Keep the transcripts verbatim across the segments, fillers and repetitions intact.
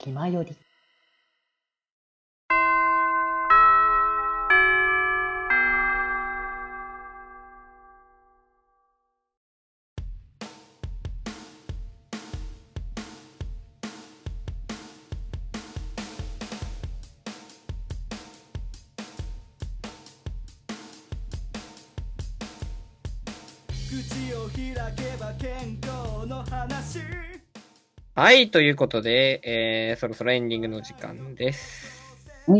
気まより。 口を開けば健康の話。 はい、ということで、えー、そろそろエンディングの時間です。 はい。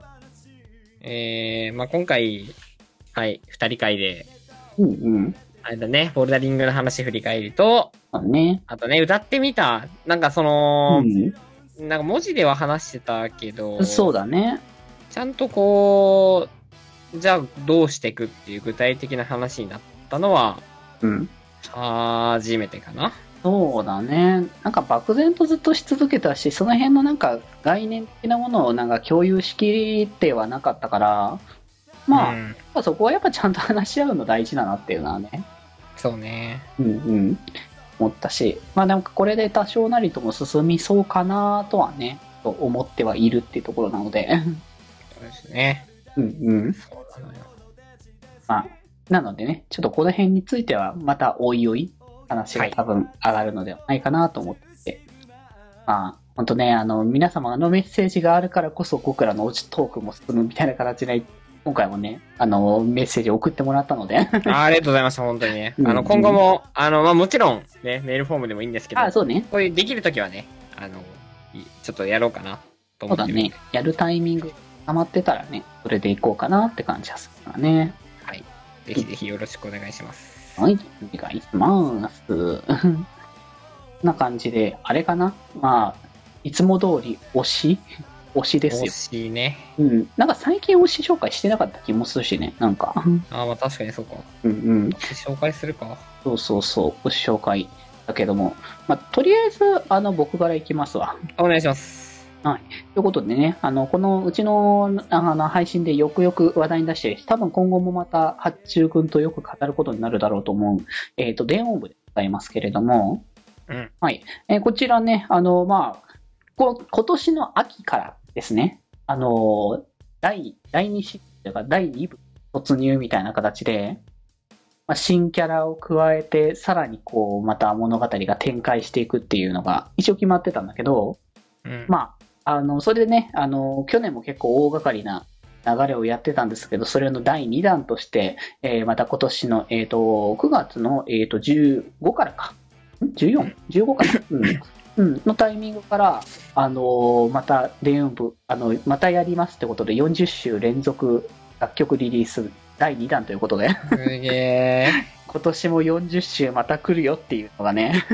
えー、まあ今回、はい、二人会で、 うんうん。 あれだね、ボルダリングの話振り返ると、 そうね。 あとね、歌ってみた、なんかその、 うなんか文字では話してたけん。そうど、 だね。 ちゃんとこう、じゃあどうしていくっていう具体的な話になったのは、 うん。 初めてかな。 そうだね。なんか漠然とずっとし続けたし、その辺のなんか概念的なものをなんか共有しきりってはなかったから、まあ、 うん、 まあそこはやっぱちゃんと話し合うの大事だなっていうのはね、 そうね。 うんうん、思ったし、まあでもこれで多少なりとも進みそうかなとはね、と思ってはいるっていうところなので、 そうですね。 うんうん。 そうなのよ。 まあ、なのでね、ちょっとこの辺についてはまたおいおい話はい。 が多分上がるのではないかなと思ってて、まあ、ほんとね、あの、皆様のメッセージがあるからこそ僕らのトークも進むみたいな形で、今回もね、あの、メッセージを送ってもらったので。 あありがとうございました、本当にね。 うんあの、今後も、あの、まあ、もちろん、ね、メールフォームでもいいんですけど、 あ、そうね。 こういうできるときはね、あの、いちょっとやろうかな、とそうだね。 思ってるんで。 やるタイミング溜まってたらね、それでいこうかなって感じですからね。 はい。ぜひぜひよろしくお願いします。 はい、お願いします。こんな感じで、あれかなまあ、いつも通り推し推しです推よ。 しね。 うん。なんか最近推し紹介してなかった気もするしね。なんか。 ああ、まあ確かにそうか。 うんうん。 推し紹介するか。 そうそうそう。推し紹介だけども。まあ、とりあえず、あの、僕からいきますわ。 お願いします。 はい。ということでね、あの、このうちの、あの、配信でよくよく話題に出して、多分今後もまた、八中くんとよく語ることになるだろうと思う、えっ、と、電音部でございますけれども、 うん。 はい。えーこちらね、あの、まあ、こ今年の秋からですね、あの、第、第二シーズンというか、第二部突入みたいな形で、まあ、新キャラを加えて、さらにこう、また物語が展開していくっていうのが、一応決まってたんだけど、 うん。 まあ、あの、それでね、あの、去年も結構大掛かりな流れをやってたんですけど、それのだいにだんとして、えーまた今年の、えっ、と、くがつの、えっ、と、じゅうごからか。ん ?じゅうよん?じゅうご かなうん。うん、のタイミングから、あのーまた、電音部、あの、またやりますってことで、よんじゅっしゅう連続楽曲リリースだいにだんということで、 すげー。 今年もよんじゅっしゅうまた来るよっていうのがね、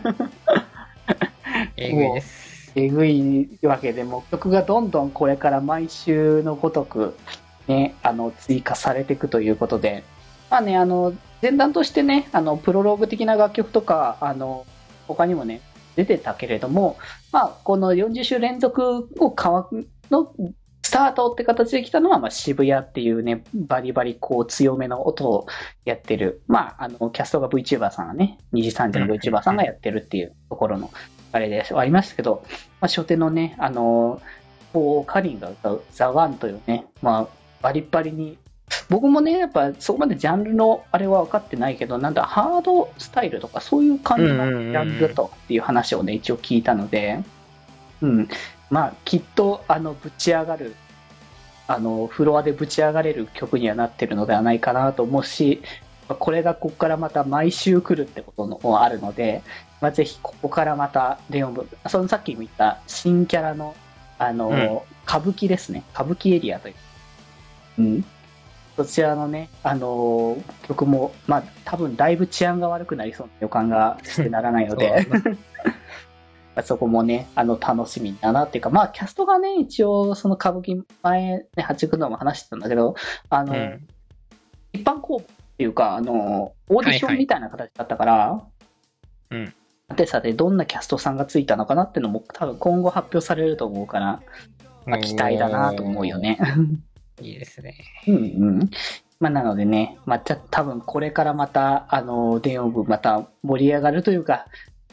えぐいです。 えぐいわけでも曲がどんどんこれから毎週のごとくね、あの追加されていくということで、まあね、あの前段としてね、あのプロローグ的な楽曲とか、あの他にもね、出てたけれども、まあこのよんじゅっしゅう連続を皮のスタートって形で来たのは、まあ、渋谷っていうね、バリバリこう強めの音をやってる、まあ、あの、キャストが VTuber さんがね、にじさんじの VTuber さんがやってるっていうところの、あれではありましたけど、まあ、初手のね、あの、こう、カリンが歌うザ・ワンというね、まあ、バリバリに、僕もね、やっぱそこまでジャンルのあれは分かってないけど、なんだ、ハードスタイルとかそういう感じのジャンルだとっていう話をね、一応聞いたので、うん。まあ、きっと、あの、ぶち上がる、あの、フロアでぶち上がれる曲にはなってるのではないかなと思うし、これがここからまた毎週来るってこともあるので、まあ、ぜひここからまたレオン部、そのさっきも言った新キャラの、あの、 うん、 歌舞伎ですね。歌舞伎エリアという。うん。そちらのね、あの曲も、まあ、多分だいぶ治安が悪くなりそうな予感がしてならないので、そこもね、あの、楽しみだなっていうか、まあ、キャストがね、一応、その歌舞伎前、ね、八九のも話してたんだけど、あの、 うん。 一般公募っていうか、あの、オーディションみたいな形だったから、 うん。 さてさて、どんなキャストさんがついたのかなっていうのも、多分今後発表されると思うから、まあ、期待だなと思うよね。 いいですね。 うんうん。まあ、なのでね、まあ、じゃ多分これからまた、あの、電音部また盛り上がるというか、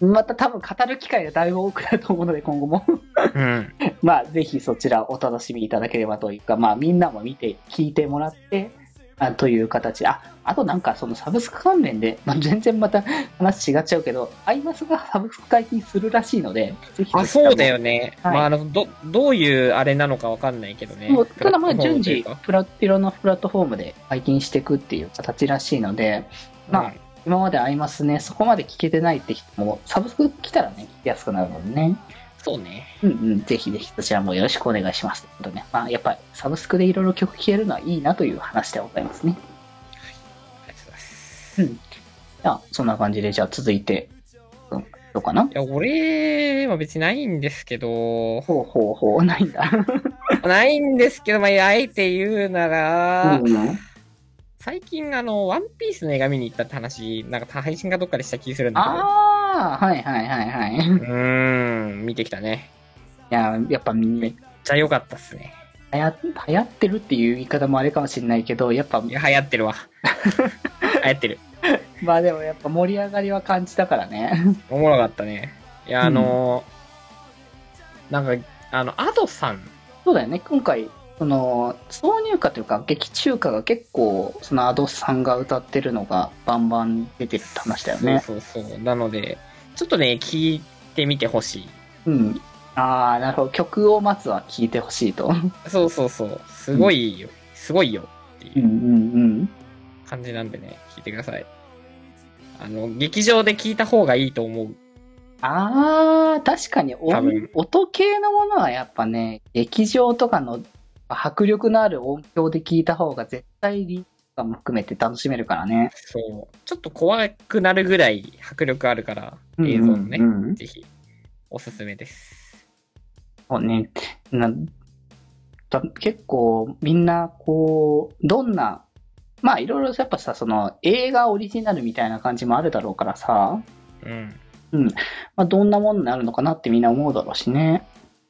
また多分語る機会がだいぶ多くなると思うので、今後も。 うん。 まあ、ぜひそちらお楽しみいただければというか、まあ、みんなも見て、聞いてもらって、あという形。あ、あとなんかそのサブスク関連で、まあ、全然また話違っちゃうけど、アイマスがサブスク解禁するらしいので、ぜひあ、そうだよね。 はいまあ、あの、ど、どういうあれなのかわかんないけどね。 もうただまあ順次プラットフォームというか、 プラいろんなプラットフォームで解禁していくっていう形らしいので、まあ、 うん今までアイマスね、そこまで聞けてないって人も、サブスク来たらね、聞きやすくなるのでね。 そうね。 うんうん、ぜひぜひそちらもよろしくお願いします。ということでね、まあ、やっぱりサブスクでいろいろ曲聴けるのはいいなという話でございますね。 ありがとうございます。 うん。じゃあ、そんな感じで、じゃあ続いて、うん、どうかないや、俺は別にないんですけど、 ほうほうほう、ないんだ。 ないんですけど、まあ、あえて言うなら、 うんうん、 最近あの、ワンピースの映画見に行ったって話、なんか配信かどっかでした気するんだけど。 ああ、はいはいはいはい。 うーん、見てきたね。 いや、やっぱめめっちゃ良かったっすね。 流行流行ってるっていう言い方もあれかもしれないけど、やっぱ、 いや、流行ってるわ。流行ってる。 まあでもやっぱ盛り上がりは感じたからね。 おもろかったね。いや、あのーなんか、あの、アドさん。 そうだよね、今回、その、挿入歌というか、劇中歌が結構、そのアドさんが歌ってるのがバンバン出てるって話だよね。 そうそうそう。なので、ちょっとね、聞いてみてほしい。 うん。ああ、なるほど。曲をまずは聴いてほしいと。 そうそうそう。すごいよ。すごいよ。っていううんうんうん。 感じなんでね、聞いてください。あの、劇場で聞いた方がいいと思う。 ああ、確かに音多分音系のものはやっぱね、劇場とかの迫力のある音響で聞いた方が絶対リとかも含めて楽しめるからね。 そう。ちょっと怖くなるぐらい迫力あるから、映像のね、 うんうんうん、 ぜひ、おすすめです。 そうね。なだ結構みんなこう、どんな、まあいろいろやっぱさ、その映画オリジナルみたいな感じもあるだろうからさ、 うん。 うん。まあどんなものになるのかなってみんな思うだろうしね。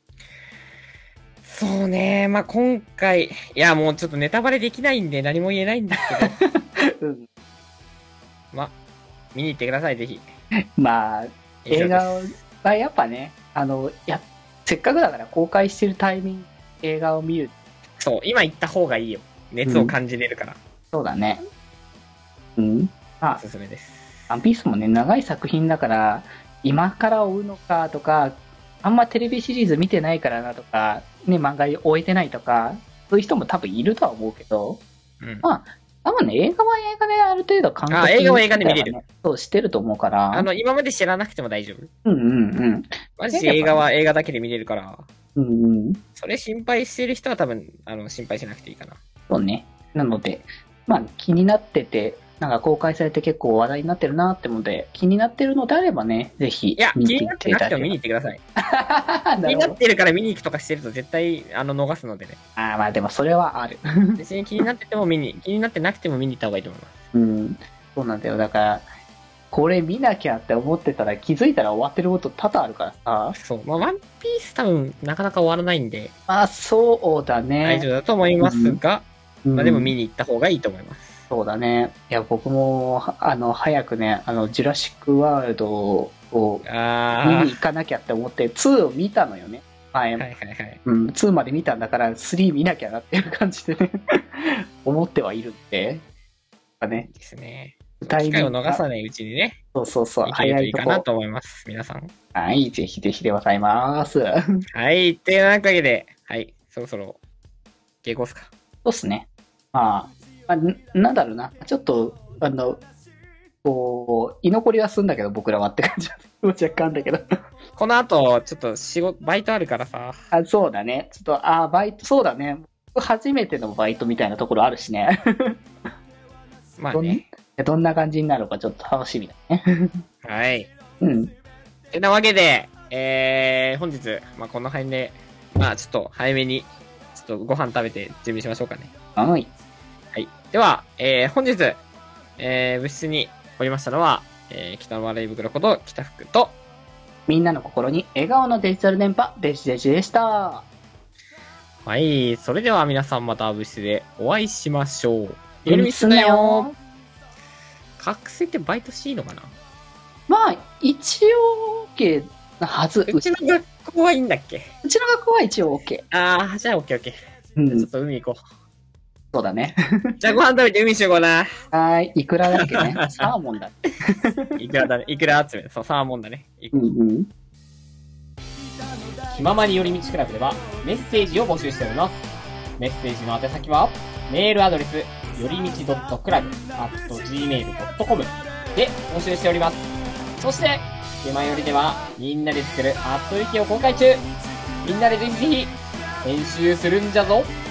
そうね。まあ、今回、いや、もうちょっとネタバレできないんで何も言えないんですけど、 うん、 まあ、見に行ってください、ぜひ。 まあ、 以上映画ですはやっぱね、あの、や、せっかくだから公開してるタイミングで映画を見る。 そう、今行った方がいいよ。熱を感じれるから、 そうだね。うん。まあ、 おすすめです。 ワンピースもね、長い作品だから、今から追うのかとか、あんまテレビシリーズ見てないからなとか、ね、漫画終えてないとか、そういう人も多分いるとは思うけど、 うん。 まあ、多分ね、映画は映画である程度感覚、 あ映画は映画で見れる。 そう、してると思うから。 あの、今まで知らなくても大丈夫。 うんうんうん。 マジで映画は映画だけで見れるから、 うんうん。 それ心配してる人は多分、あの、心配しなくていいかな。 そうね。なので、まあ気になってて、なんか公開されて結構話題になってるなって思うので、気になってるのであればね、ぜひいや、気見ていになってなくても見に行ってください。気になってるから見に行くとかしてると絶対、あの、逃すのでね。 ああ、まあでもそれはある。 別に気になってても見に、気になってなくても見に行った方がいいと思います。 うん。そうなんだよ。だから、これ見なきゃって思ってたら気づいたら終わってること多々あるからさ。 そう。まあ、ワンピース多分、なかなか終わらないんで、 まあそうだね。 大丈夫だと思いますが、 うん、 まあでも見に行った方がいいと思います。 そうだね。いや、僕も、あの、早くね、あの、ジュラシックワールドを見あに行かなきゃって思って、ツーを見たのよね。前。 あ、はいはいはい。 うん、ツーまで見たんだから、スリー見なきゃなっていう感じでね、思ってはいるんで。ね、 いいですね。 タイ機会をミングが逃さないうちにね、 そうそうそう、 行けるといいかな早いとこと思います。皆さん。 はい、ぜひぜひでございます。そうはい。っていうわけで、はい。そろそろ、稽古っすか。 っすね。まあ、まあ、なんだろうな。ちょっと、あの、こう、居残りはすんだけど、僕らはって感じは若干だけど。 この後、ちょっと仕事、バイトあるからさ。 あ、そうだね。ちょっと、あ、バイト、そうだね。僕初めてのバイトみたいなところあるしね。 まあね。 どんな感じになるかちょっと楽しみだね。 はい。 うん。 てなわけで、えー、本日、まあこの辺で、まあちょっと早めに、ちょっとご飯食べて準備しましょうかね。 はい。 はい。では、えー、本日、えー、部室におりましたのは、えー、北の笑い袋こと北福と、 みんなの心に笑顔のデジタル電波、デジデジでした。 はい。それでは皆さんまた部室でお会いしましょう。夜ミスだよ。覚醒ってバイトしていいのかな？ まあ、 一応 OK なはず。 うちの学校はいいんだっけ？ うちの学校は一応 OK。 あー、じゃあ オーケーオーケー。 うんちょっと海行こそうだね。 う。じゃあご飯食べて海しようかな。 はーい。いくらだっけね。サーモンだ。 いくらだね。いくら集め。そう、サーモンだね。 うんうん。 気ままに寄り道クラブではメッセージを募集しております。メッセージの宛先は、メールアドレス、よりみち .club、アット ジーメール ドットコム で募集しております。そして、気まよりでは、みんなで作るアットウィキを公開中。みんなでぜひぜひ、編集するんじゃぞ。